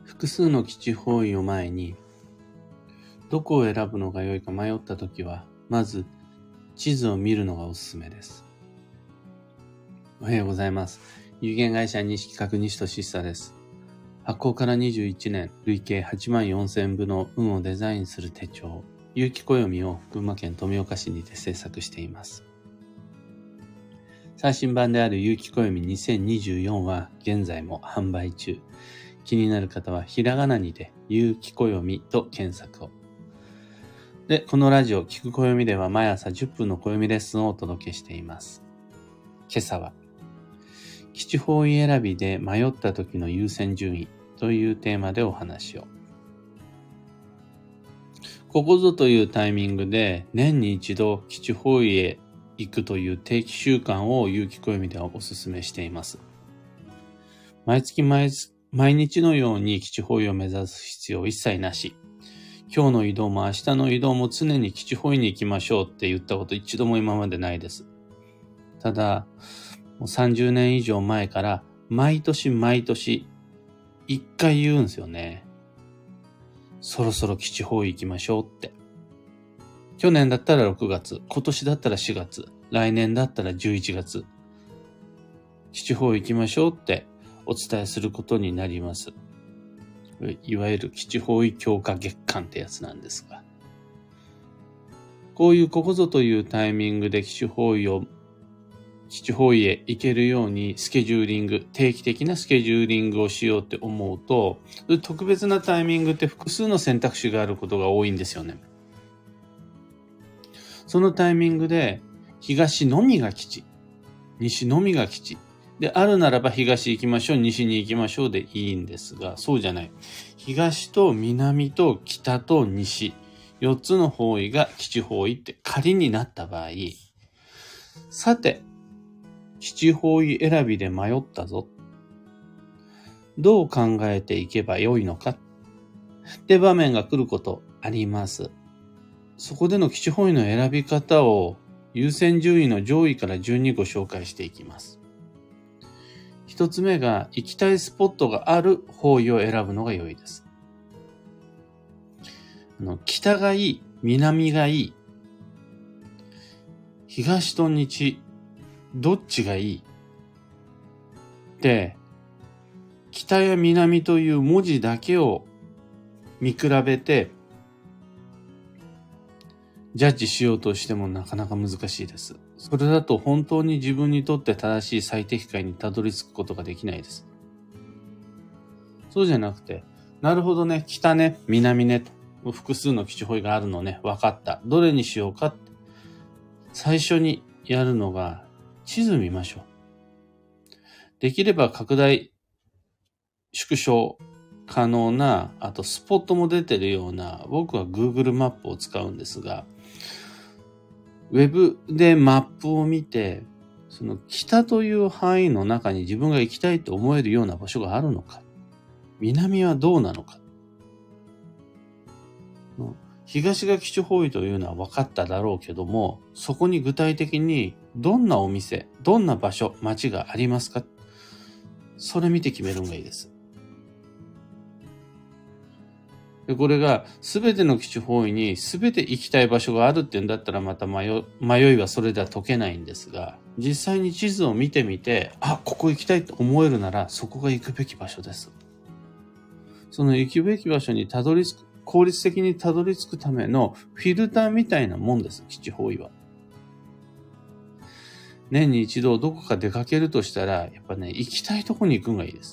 複数の基地方位を前に、どこを選ぶのが良いか迷ったときは、まず地図を見るのがおすすめです。おはようございます。有限会社西企画西俊久です。発行から21年、累計8万4000部の運をデザインする手帳、有機暦を群馬県富岡市にて制作しています。最新版である有機暦2024は現在も販売中。気になる方はひらがなにて有機暦と検索を。で、このラジオ聞く暦では毎朝10分の暦レッスンをお届けしています。今朝は基地方位選びで迷った時の優先順位というテーマでお話を。ここぞというタイミングで年に一度基地方位へ行くという定期習慣を有機暦ではお勧めしています。毎日のように基地方位を目指す必要一切なし。今日の移動も明日の移動も常に基地方位に行きましょうって言ったこと一度も今までないです。ただ、もう30年以上前から毎年一回言うんですよね。そろそろ基地方位行きましょうって。去年だったら6月、今年だったら4月、来年だったら11月。基地方位行きましょうってお伝えすることになります。いわゆる基地方位強化月間ってやつなんですが。こういうここぞというタイミングで基地方位へ行けるように定期的なスケジューリングをしようって思うと、特別なタイミングって複数の選択肢があることが多いんですよね。そのタイミングで東のみが基地、西のみが基地であるならば東行きましょう、西に行きましょうでいいんですが、そうじゃない。東と南と北と西、4つの方位が基地方位って仮になった場合、さて、基地方位選びで迷ったぞ。どう考えていけばよいのかって場面が来ることあります。そこでの基地方位の選び方を優先順位の上位から順にご紹介していきます。一つ目が行きたいスポットがある方位を選ぶのが良いです。北がいい、南がいい、東と西、どっちがいいって、北や南という文字だけを見比べてジャッジしようとしてもなかなか難しいです。それだと本当に自分にとって正しい最適解にたどり着くことができないです。そうじゃなくて、なるほどね、北ね、南ねと、複数の基地方位があるのね、分かった。どれにしようかって。最初にやるのが、地図見ましょう。できれば拡大、縮小可能な、あとスポットも出てるような、僕は Google マップを使うんですが、ウェブでマップを見て、その北という範囲の中に自分が行きたいと思えるような場所があるのか、南はどうなのか、東が基地方位というのは分かっただろうけども、そこに具体的にどんなお店、どんな場所、街がありますか、それ見て決めるのがいいです。で、これが全ての基地方位に全て行きたい場所があるっていうんだったらまた迷いはそれでは解けないんですが、実際に地図を見てみて、ここ行きたいと思えるならそこが行くべき場所です。その行くべき場所に効率的にたどり着くためのフィルターみたいなもんです、基地方位は。年に一度どこか出かけるとしたら、やっぱね、行きたいとこに行くのがいいです。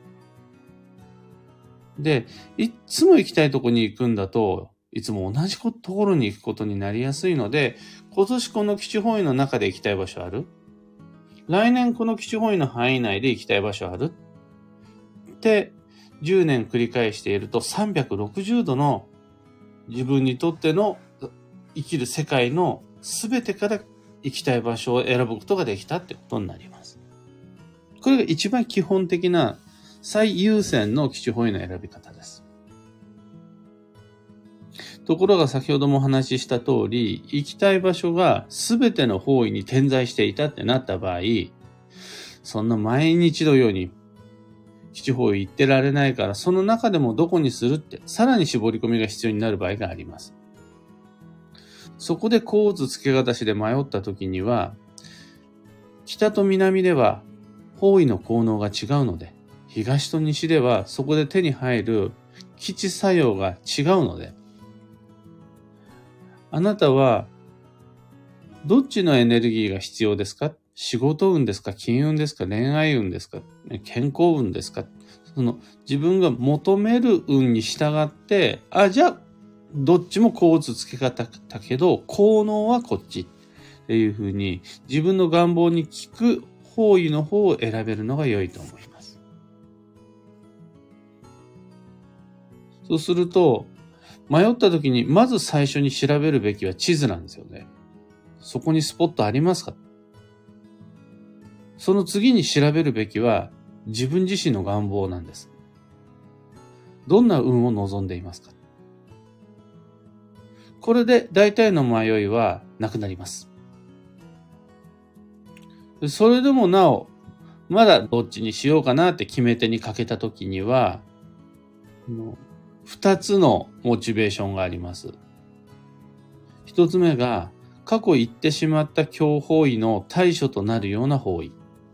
で、いつも行きたいとこに行くんだと、いつも同じところに行くことになりやすいので、今年この基地方位の中で行きたい場所ある？来年この基地方位の範囲内で行きたい場所ある？って10年繰り返していると360度の自分にとっての生きる世界の全てから行きたい場所を選ぶことができたってことになります。これが一番基本的な最優先の基地方位の選び方です。ところが先ほどもお話しした通り、行きたい場所が全ての方位に点在していたってなった場合、そんな毎日のように基地方位行ってられないから、その中でもどこにするって、さらに絞り込みが必要になる場合があります。そこで甲乙付け方しで迷った時には、北と南では方位の効能が違うので、東と西ではそこで手に入る基地作用が違うので、あなたはどっちのエネルギーが必要ですか？仕事運ですか？金運ですか？恋愛運ですか？健康運ですか？自分が求める運に従って、じゃあどっちも甲乙付け方だけど効能はこっちっていうふうに自分の願望に効く方位の方を選べるのが良いと思います。そうすると迷った時にまず最初に調べるべきは地図なんですよね。そこにスポットありますか？その次に調べるべきは自分自身の願望なんです。どんな運を望んでいますか？これで大体の迷いはなくなります。それでもなお、まだどっちにしようかなって決め手にかけたときには、二つのモチベーションがあります。一つ目が、過去行ってしまった強方位の対処となるような方位。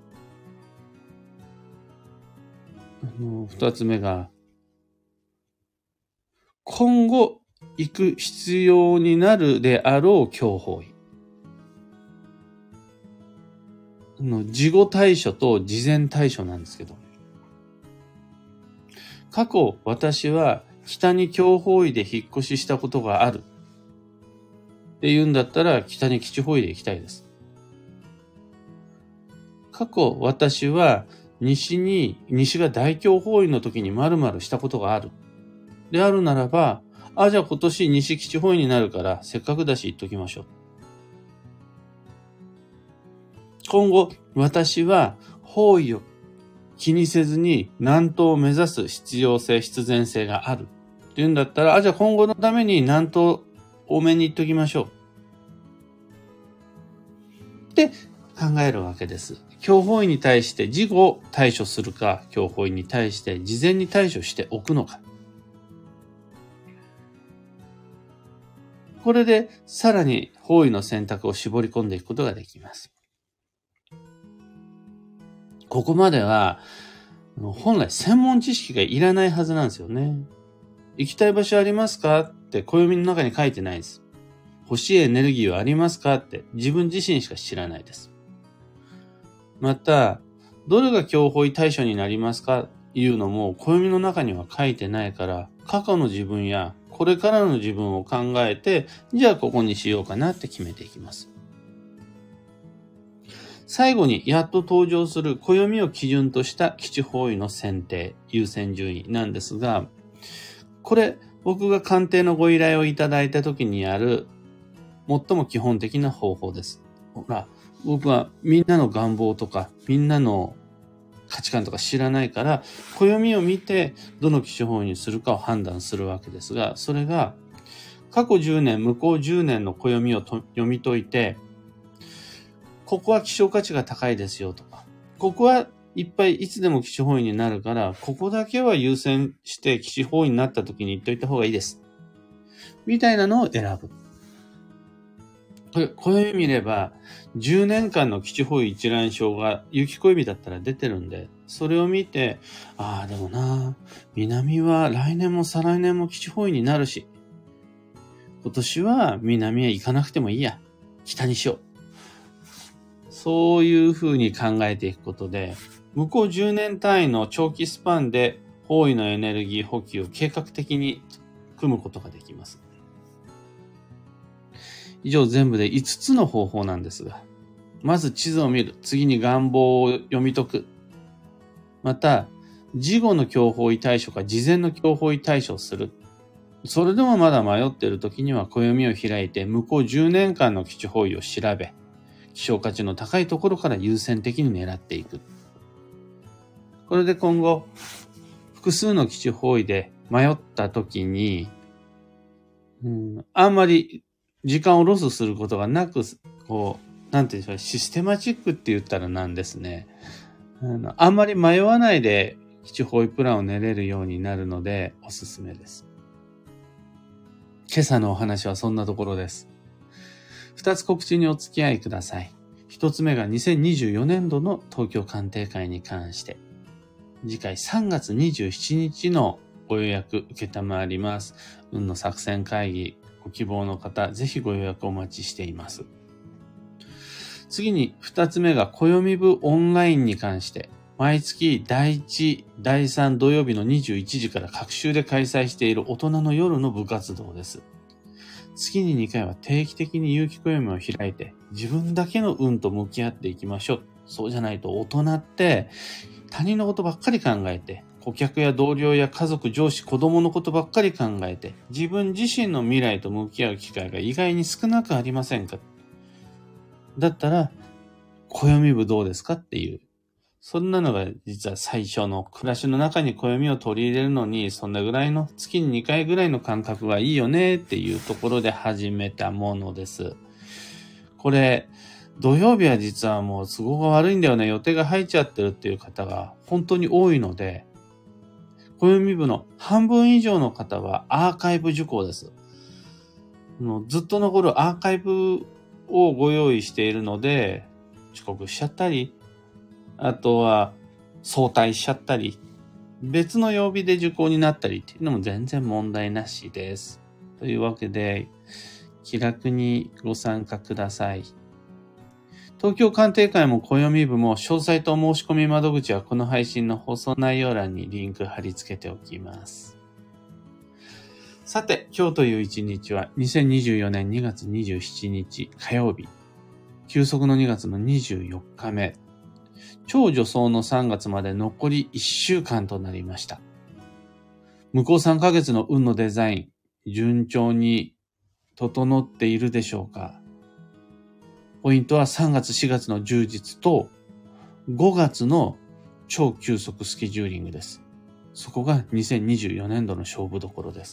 二つ目が、今後行く必要になるであろう強方位。事後対処と事前対処なんですけど。過去私は北に強方位で引っ越ししたことがある。って言うんだったら北に基地方位で行きたいです。過去私は西が大強方位の時に〇〇したことがある。であるならば、じゃあ今年西基地方位になるからせっかくだし行っときましょう。今後私は方位を気にせずに南東を目指す必要性、必然性がある。っていうんだったら、じゃあ今後のために南東多めに行っときましょう。って考えるわけです。強方位に対して事後対処するか、強方位に対して事前に対処しておくのか。これでさらに方位の選択を絞り込んでいくことができます。ここまでは本来専門知識がいらないはずなんですよね。行きたい場所ありますかって暦の中に書いてないです。欲しいエネルギーはありますかって自分自身しか知らないです。また、どれが強方位対処になりますかいうのも暦の中には書いてないから、過去の自分やこれからの自分を考えて、じゃあここにしようかなって決めていきます。最後にやっと登場する暦を基準とした基地方位の選定、優先順位なんですが、これ僕が鑑定のご依頼をいただいた時にある最も基本的な方法です。僕はみんなの願望とかみんなの価値観とか知らないから、暦を見てどの基地方位にするかを判断するわけですが、それが過去10年、向こう10年の暦を読み解いて、ここは希少価値が高いですよとか、ここはいっぱいいつでも基地方位になるから、ここだけは優先して基地方位になった時に言っといた方がいいです。みたいなのを選ぶ。暦見れば、10年間の基地方位一覧表が雪暦だったら出てるんで、それを見て、でもな、南は来年も再来年も基地方位になるし、今年は南へ行かなくてもいいや。北にしよう。そういうふうに考えていくことで、向こう10年単位の長期スパンで方位のエネルギー補給を計画的に組むことができます。以上全部で5つの方法なんですが、まず地図を見る。次に願望を読み解く。また、事後の強方位対処か事前の強方位対処をする。それでもまだ迷っている時には暦を開いて向こう10年間の基地方位を調べ、希少価値の高いところから優先的に狙っていく。これで今後、複数の基地方位で迷った時に、あんまり時間をロスすることがなく、なんていうんでしょう、システマチックって言ったらなんですね。あんまり迷わないで基地方位プランを練れるようになるのでおすすめです。今朝のお話はそんなところです。2つ告知にお付き合いください。1つ目が2024年度の東京鑑定会に関して。次回3月27日のご予約受けたまわります。運の作戦会議ご希望の方、ぜひご予約お待ちしています。次に2つ目が暦部オンラインに関して、毎月第1、第3土曜日の21時から各週で開催している大人の夜の部活動です。月に2回は定期的に有機暦を開いて、自分だけの運と向き合っていきましょう。そうじゃないと大人って他人のことばっかり考えて、顧客や同僚や家族、上司、子供のことばっかり考えて、自分自身の未来と向き合う機会が意外に少なくありませんか？だったら、暦部どうですかっていう。そんなのが実は最初の暮らしの中に暦を取り入れるのに、そんなぐらいの月に2回ぐらいの感覚がいいよねっていうところで始めたものです。これ、土曜日は実はもう都合が悪いんだよね、予定が入っちゃってるっていう方が本当に多いので、暦部の半分以上の方はアーカイブ受講です。ずっと残るアーカイブをご用意しているので、遅刻しちゃったり、あとは早退しちゃったり、別の曜日で受講になったりっていうのも全然問題なしです。というわけで、気楽にご参加ください。東京鑑定会も暦部も詳細と申し込み窓口はこの配信の放送内容欄にリンク貼り付けておきます。さて、今日という一日は2024年2月27日火曜日。休息の2月の24日目。超助走の3月まで残り1週間となりました。向こう3ヶ月の運のデザイン、順調に整っているでしょうか？ポイントは3月4月の充実と5月の超急速スケジューリングです。そこが2024年度の勝負どころです。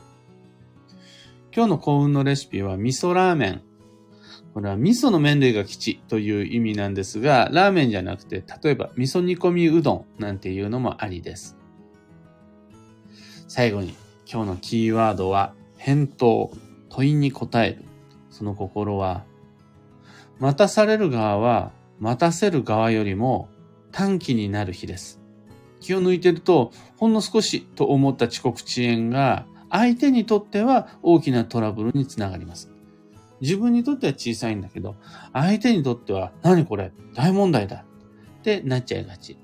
今日の幸運のレシピは味噌ラーメン。これは味噌の麺類が吉という意味なんですが、ラーメンじゃなくて、例えば味噌煮込みうどんなんていうのもありです。最後に今日のキーワードは返答、問いに答える。その心は、待たされる側は待たせる側よりも短期になる日です。気を抜いてると、ほんの少しと思った遅刻遅延が相手にとっては大きなトラブルにつながります。自分にとっては小さいんだけど、相手にとっては何これ大問題だってなっちゃいがち。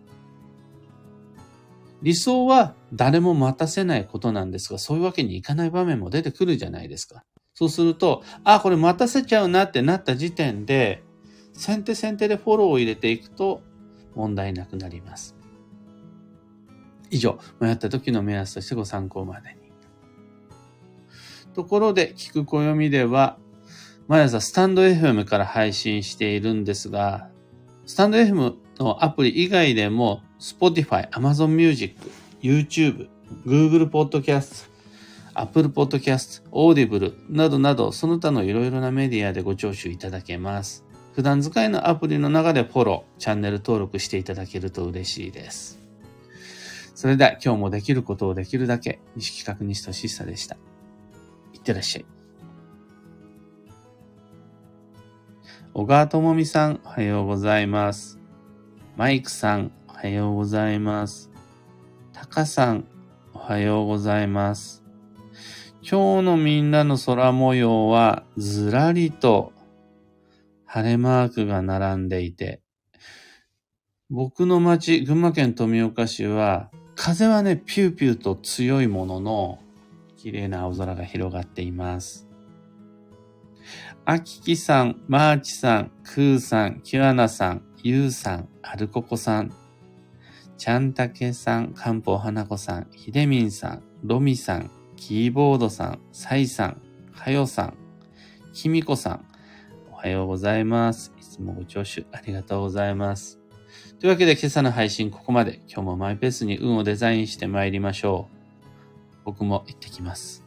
理想は誰も待たせないことなんですが、そういうわけにいかない場面も出てくるじゃないですか。そうすると、これ待たせちゃうなってなった時点で、先手でフォローを入れていくと問題なくなります。以上、迷った時の目安としてご参考までに。ところで、聞く暦では、毎朝スタンド FM から配信しているんですが、スタンド FM のアプリ以外でも、Spotify、Amazon Music、YouTube、Google Podcast、Apple Podcast、Audible などなど、その他のいろいろなメディアでご聴取いただけます。普段使いのアプリの中でフォロー、チャンネル登録していただけると嬉しいです。それでは今日もできることをできるだけ、西企画西俊久でした。いってらっしゃい。小川智美さん、おはようございます。マイクさん、おはようございます。タカさん、おはようございます。今日のみんなの空模様はずらりと晴れマークが並んでいて、僕の町、群馬県富岡市は風はね、ピューピューと強いものの綺麗な青空が広がっています。あききさん、マーチさん、クーさん、キュアナさん、ユウさん、アルココさん、ちゃんたけさん、かんぽうはなこさん、ひでみんさん、ロミさん、キーボードさん、サイさん、はよさん、きみこさん、おはようございます。いつもご聴取ありがとうございます。というわけで今朝の配信ここまで。今日もマイペースに運をデザインして参りましょう。僕も行ってきます。